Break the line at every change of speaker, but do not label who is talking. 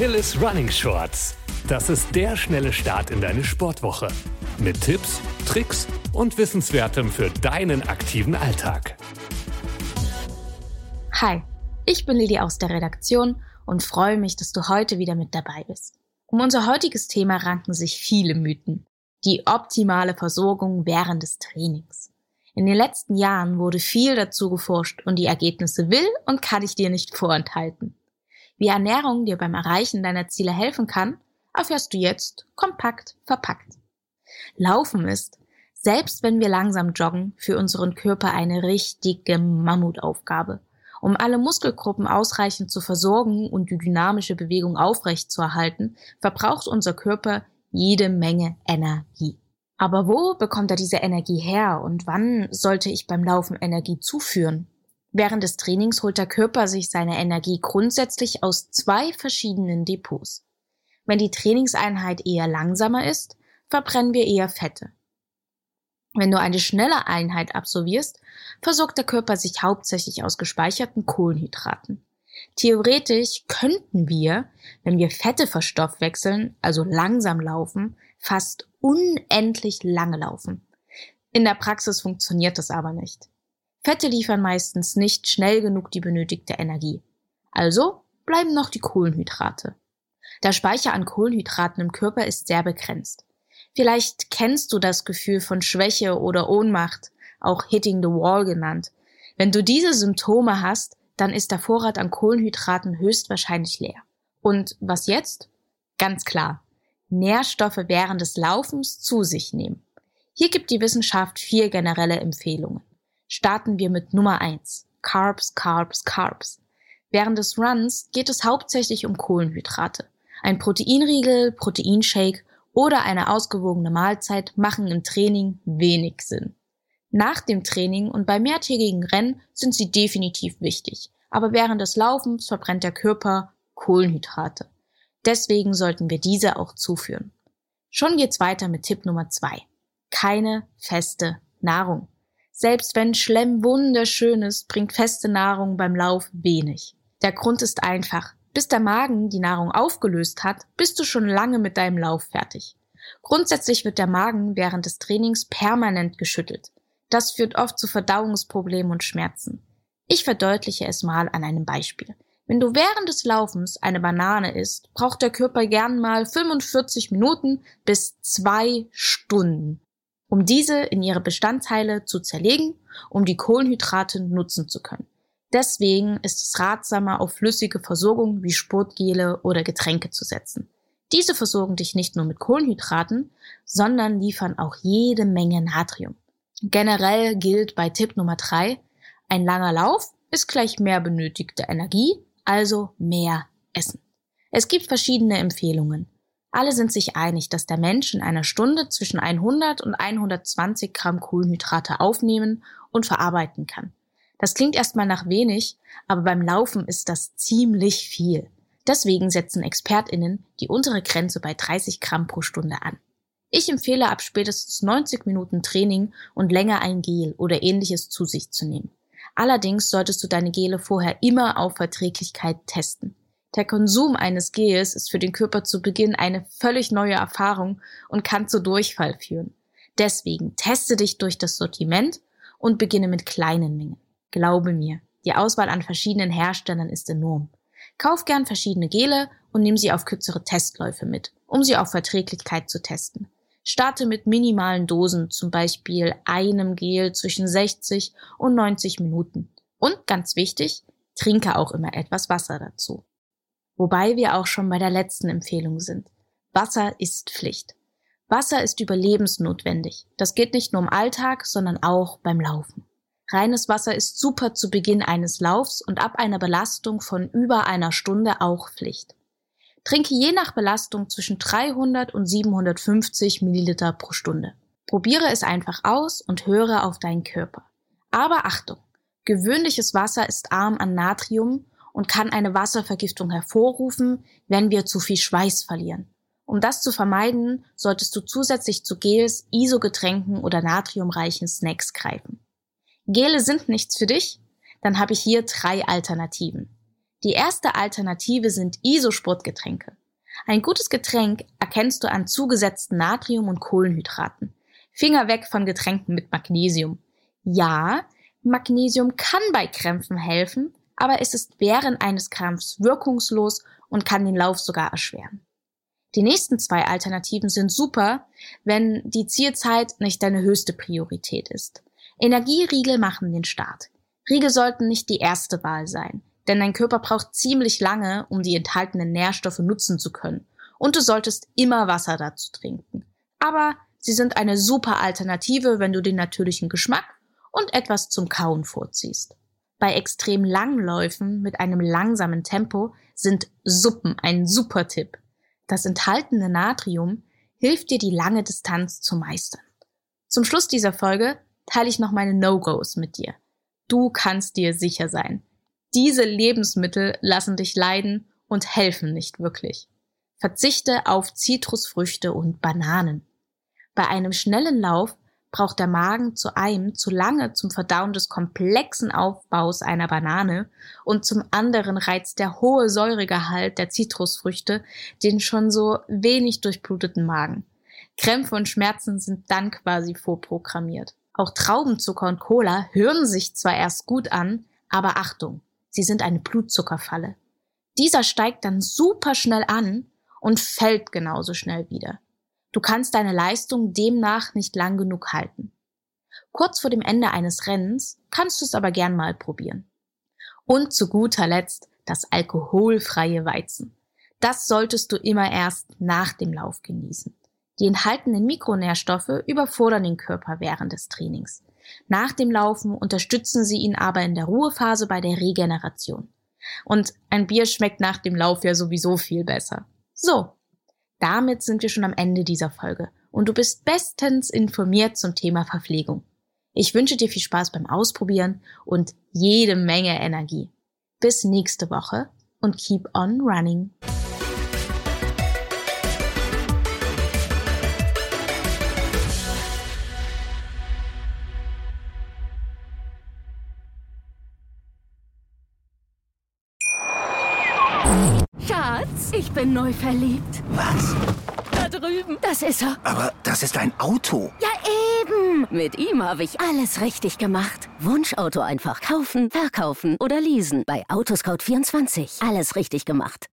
Achilles Running Shorts. Das ist der schnelle Start in deine Sportwoche. Mit Tipps, Tricks und Wissenswertem für deinen aktiven Alltag.
Hi, ich bin Lili aus der Redaktion und freue mich, dass du heute wieder mit dabei bist. Um unser heutiges Thema ranken sich viele Mythen. Die optimale Versorgung während des Trainings. In den letzten Jahren wurde viel dazu geforscht und die Ergebnisse will und kann ich dir nicht vorenthalten. Wie Ernährung dir beim Erreichen deiner Ziele helfen kann, erfährst du jetzt kompakt verpackt. Laufen ist, selbst wenn wir langsam joggen, für unseren Körper eine richtige Mammutaufgabe. Um alle Muskelgruppen ausreichend zu versorgen und die dynamische Bewegung aufrechtzuerhalten, verbraucht unser Körper jede Menge Energie. Aber wo bekommt er diese Energie her und wann sollte ich beim Laufen Energie zuführen? Während des Trainings holt der Körper sich seine Energie grundsätzlich aus 2 verschiedenen Depots. Wenn die Trainingseinheit eher langsamer ist, verbrennen wir eher Fette. Wenn du eine schnelle Einheit absolvierst, versorgt der Körper sich hauptsächlich aus gespeicherten Kohlenhydraten. Theoretisch könnten wir, wenn wir Fette verstoffwechseln, also langsam laufen, fast unendlich lange laufen. In der Praxis funktioniert das aber nicht. Fette liefern meistens nicht schnell genug die benötigte Energie. Also bleiben noch die Kohlenhydrate. Der Speicher an Kohlenhydraten im Körper ist sehr begrenzt. Vielleicht kennst du das Gefühl von Schwäche oder Ohnmacht, auch Hitting the Wall genannt. Wenn du diese Symptome hast, dann ist der Vorrat an Kohlenhydraten höchstwahrscheinlich leer. Und was jetzt? Ganz klar, Nährstoffe während des Laufens zu sich nehmen. Hier gibt die Wissenschaft 4 generelle Empfehlungen. Starten wir mit Nummer 1. Carbs, Carbs, Carbs. Während des Runs geht es hauptsächlich um Kohlenhydrate. Ein Proteinriegel, Proteinshake oder eine ausgewogene Mahlzeit machen im Training wenig Sinn. Nach dem Training und bei mehrtägigen Rennen sind sie definitiv wichtig, aber während des Laufens verbrennt der Körper Kohlenhydrate. Deswegen sollten wir diese auch zuführen. Schon geht's weiter mit Tipp Nummer 2. Keine feste Nahrung. Selbst wenn Schlemm wunderschön ist, bringt feste Nahrung beim Lauf wenig. Der Grund ist einfach. Bis der Magen die Nahrung aufgelöst hat, bist du schon lange mit deinem Lauf fertig. Grundsätzlich wird der Magen während des Trainings permanent geschüttelt. Das führt oft zu Verdauungsproblemen und Schmerzen. Ich verdeutliche es mal an einem Beispiel. Wenn du während des Laufens eine Banane isst, braucht der Körper gern mal 45 Minuten bis 2 Stunden, um diese in ihre Bestandteile zu zerlegen, um die Kohlenhydrate nutzen zu können. Deswegen ist es ratsamer, auf flüssige Versorgung wie Sportgele oder Getränke zu setzen. Diese versorgen dich nicht nur mit Kohlenhydraten, sondern liefern auch jede Menge Natrium. Generell gilt bei Tipp Nummer 3, ein langer Lauf ist gleich mehr benötigte Energie, also mehr Essen. Es gibt verschiedene Empfehlungen. Alle sind sich einig, dass der Mensch in einer Stunde zwischen 100 und 120 Gramm Kohlenhydrate aufnehmen und verarbeiten kann. Das klingt erstmal nach wenig, aber beim Laufen ist das ziemlich viel. Deswegen setzen ExpertInnen die untere Grenze bei 30 Gramm pro Stunde an. Ich empfehle ab spätestens 90 Minuten Training und länger ein Gel oder ähnliches zu sich zu nehmen. Allerdings solltest du deine Gele vorher immer auf Verträglichkeit testen. Der Konsum eines Gels ist für den Körper zu Beginn eine völlig neue Erfahrung und kann zu Durchfall führen. Deswegen teste dich durch das Sortiment und beginne mit kleinen Mengen. Glaube mir, die Auswahl an verschiedenen Herstellern ist enorm. Kauf gern verschiedene Gele und nimm sie auf kürzere Testläufe mit, um sie auf Verträglichkeit zu testen. Starte mit minimalen Dosen, zum Beispiel einem Gel zwischen 60 und 90 Minuten. Und ganz wichtig, trinke auch immer etwas Wasser dazu. Wobei wir auch schon bei der letzten Empfehlung sind. Wasser ist Pflicht. Wasser ist überlebensnotwendig. Das geht nicht nur im Alltag, sondern auch beim Laufen. Reines Wasser ist super zu Beginn eines Laufs und ab einer Belastung von über einer Stunde auch Pflicht. Trinke je nach Belastung zwischen 300 und 750 Milliliter pro Stunde. Probiere es einfach aus und höre auf deinen Körper. Aber Achtung! Gewöhnliches Wasser ist arm an Natrium und kann eine Wasservergiftung hervorrufen, wenn wir zu viel Schweiß verlieren. Um das zu vermeiden, solltest du zusätzlich zu Gels, ISO-Getränken oder natriumreichen Snacks greifen. Gele sind nichts für dich? Dann habe ich hier 3 Alternativen. Die erste Alternative sind Isosportgetränke. Ein gutes Getränk erkennst du an zugesetzten Natrium- und Kohlenhydraten. Finger weg von Getränken mit Magnesium. Ja, Magnesium kann bei Krämpfen helfen, aber es ist während eines Krampfs wirkungslos und kann den Lauf sogar erschweren. Die nächsten 2 Alternativen sind super, wenn die Zielzeit nicht deine höchste Priorität ist. Energieriegel machen den Start. Riegel sollten nicht die erste Wahl sein, denn dein Körper braucht ziemlich lange, um die enthaltenen Nährstoffe nutzen zu können. Und du solltest immer Wasser dazu trinken. Aber sie sind eine super Alternative, wenn du den natürlichen Geschmack und etwas zum Kauen vorziehst. Bei extrem langen Läufen mit einem langsamen Tempo sind Suppen ein super Tipp. Das enthaltene Natrium hilft dir, die lange Distanz zu meistern. Zum Schluss dieser Folge teile ich noch meine No-Gos mit dir. Du kannst dir sicher sein. Diese Lebensmittel lassen dich leiden und helfen nicht wirklich. Verzichte auf Zitrusfrüchte und Bananen. Bei einem schnellen Lauf braucht der Magen zu lange zum Verdauen des komplexen Aufbaus einer Banane und zum anderen reizt der hohe Säuregehalt der Zitrusfrüchte den schon so wenig durchbluteten Magen. Krämpfe und Schmerzen sind dann quasi vorprogrammiert. Auch Traubenzucker und Cola hören sich zwar erst gut an, aber Achtung, sie sind eine Blutzuckerfalle. Dieser steigt dann super schnell an und fällt genauso schnell wieder. Du kannst deine Leistung demnach nicht lang genug halten. Kurz vor dem Ende eines Rennens kannst du es aber gern mal probieren. Und zu guter Letzt das alkoholfreie Weizen. Das solltest du immer erst nach dem Lauf genießen. Die enthaltenen Mikronährstoffe überfordern den Körper während des Trainings. Nach dem Laufen unterstützen sie ihn aber in der Ruhephase bei der Regeneration. Und ein Bier schmeckt nach dem Lauf ja sowieso viel besser. So. Damit sind wir schon am Ende dieser Folge und du bist bestens informiert zum Thema Verpflegung. Ich wünsche dir viel Spaß beim Ausprobieren und jede Menge Energie. Bis nächste Woche und keep on running.
Schatz, ich bin neu verliebt.
Was?
Da drüben. Das ist er.
Aber das ist ein Auto.
Ja, eben. Mit ihm habe ich alles richtig gemacht. Wunschauto einfach kaufen, verkaufen oder leasen. Bei Autoscout24. Alles richtig gemacht.